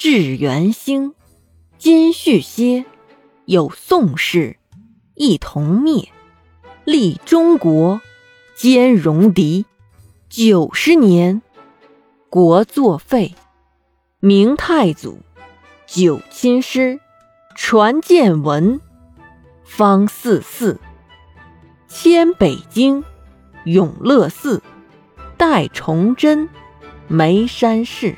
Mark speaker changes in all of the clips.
Speaker 1: 至元兴，今续歇，有宋氏，一同灭，立中国，兼戎狄，90年，国作废，明太祖，九亲师，传见闻，方44，迁北京，永乐寺，代崇祯，眉山市。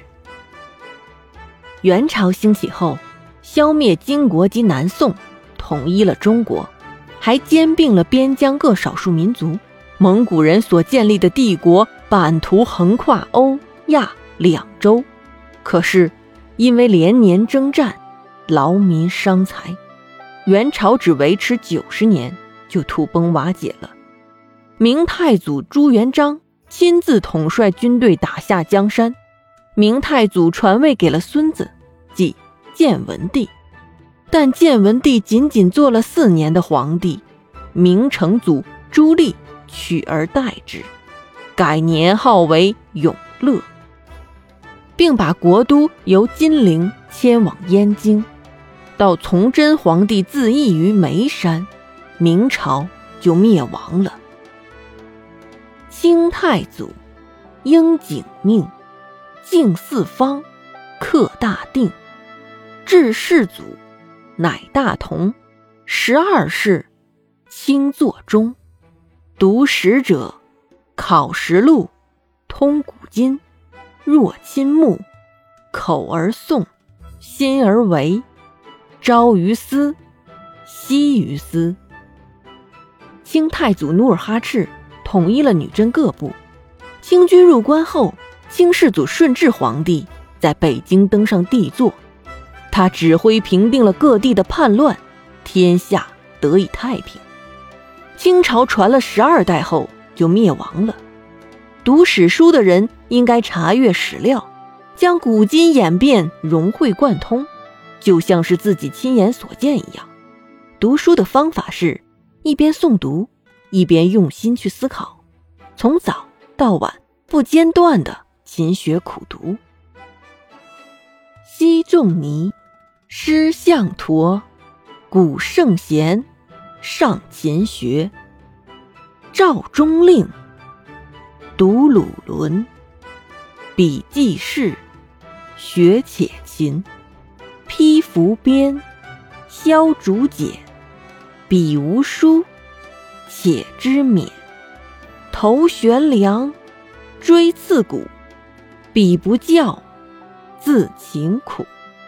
Speaker 1: 元朝兴起后，消灭金国及南宋，统一了中国，还兼并了边疆各少数民族。蒙古人所建立的帝国版图横跨欧亚两洲，可是因为连年征战，劳民伤财，元朝只维持90年就土崩瓦解了。明太祖朱元璋亲自统帅军队打下江山，明太祖传位给了孙子，即建文帝。但建文帝仅仅做了4年的皇帝，明成祖朱棣取而代之，改年号为永乐，并把国都由金陵迁往燕京。到崇祯皇帝自缢于眉山，明朝就灭亡了。清太祖应景命，敬四方，克大定，至世祖，乃大同，12世，清作中。读史者，考实录，通古今，若亲目，口而诵，心而为，朝于斯，夕于斯。清太祖努尔哈赤统一了女真各部。清军入关后，清世祖顺治皇帝在北京登上帝座，他指挥平定了各地的叛乱，天下得以太平。清朝传了12代后就灭亡了。读史书的人应该查阅史料，将古今演变融会贯通，就像是自己亲眼所见一样。读书的方法是一边诵读，一边用心去思考，从早到晚不间断地勤学苦读。西仲尼，师向陀，古圣贤，上勤学。赵中令，读鲁伦，笔记事，学且勤。披服边，削竹简，笔无书，且知勉。头悬梁，锥刺股，彼不教，自勤苦。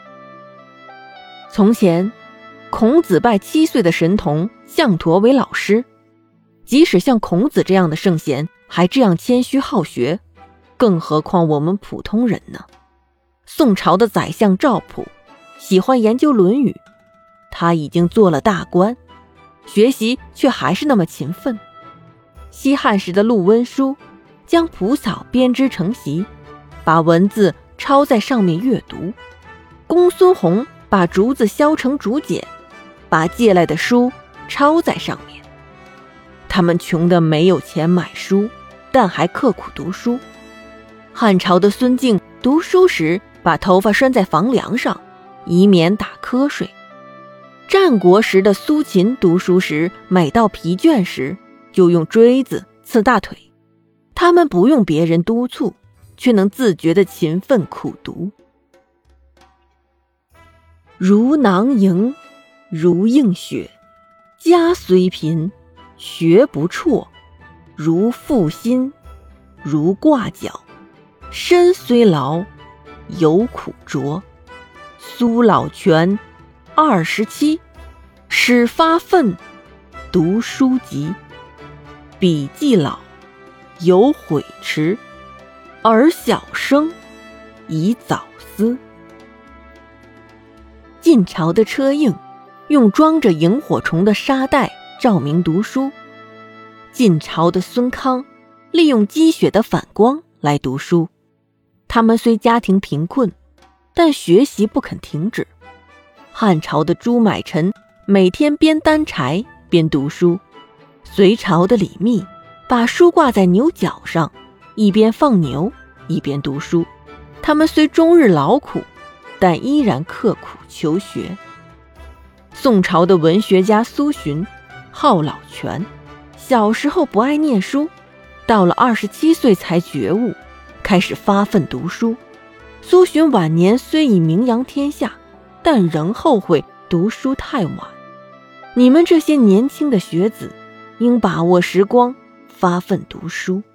Speaker 1: 从前，孔子拜7岁的神童项陀为老师。即使像孔子这样的圣贤还这样谦虚好学，更何况我们普通人呢？宋朝的宰相赵普喜欢研究《论语》，他已经做了大官，学习却还是那么勤奋。西汉时的陆温书将蒲草编织成席，把文字抄在上面阅读。公孙弘把竹子削成竹简，把借来的书抄在上面。他们穷得没有钱买书，但还刻苦读书。汉朝的孙敬读书时把头发拴在房梁上，以免打瞌睡。战国时的苏秦读书时，每到疲倦时就用锥子刺大腿。他们不用别人督促，却能自觉地勤奋苦读。如囊萤，如映雪，家虽贫，学不辍，如负薪，如挂角，身虽劳，犹苦卓。苏老泉27，始发愤，读书籍，笔记老，有悔迟，而小生，以早思。晋朝的车胤用装着萤火虫的沙袋照明读书，晋朝的孙康利用积雪的反光来读书。他们虽家庭贫困，但学习不肯停止。汉朝的朱买臣每天边担柴边读书。隋朝的李密把书挂在牛角上，一边放牛一边读书。他们虽终日劳苦， 但依然刻苦求学。宋朝的文学家苏洵好老泉，小时候不爱念书，到了27岁才觉悟，开始发奋读书。苏洵晚年虽已名扬天下，但仍后悔读书太晚。你们这些年轻的学子，应把握时光，发奋读书。